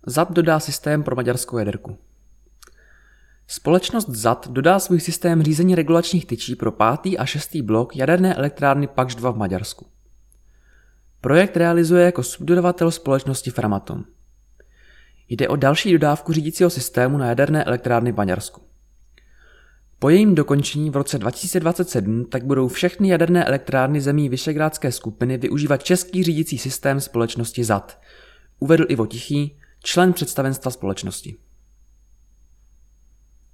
ZAT dodá systém pro maďarskou jaderku. Společnost ZAT dodá svůj systém řízení regulačních tyčí pro 5. a 6. blok jaderné elektrárny Pakš 2 v Maďarsku. Projekt realizuje jako subdodavatel společnosti Framatome. Jde o další dodávku řídícího systému na jaderné elektrárny v Maďarsku. Po jejím dokončení v roce 2027 tak budou všechny jaderné elektrárny zemí Visegrádské skupiny využívat český řídící systém společnosti ZAT, uvedl Ivo Tichý, člen představenstva společnosti.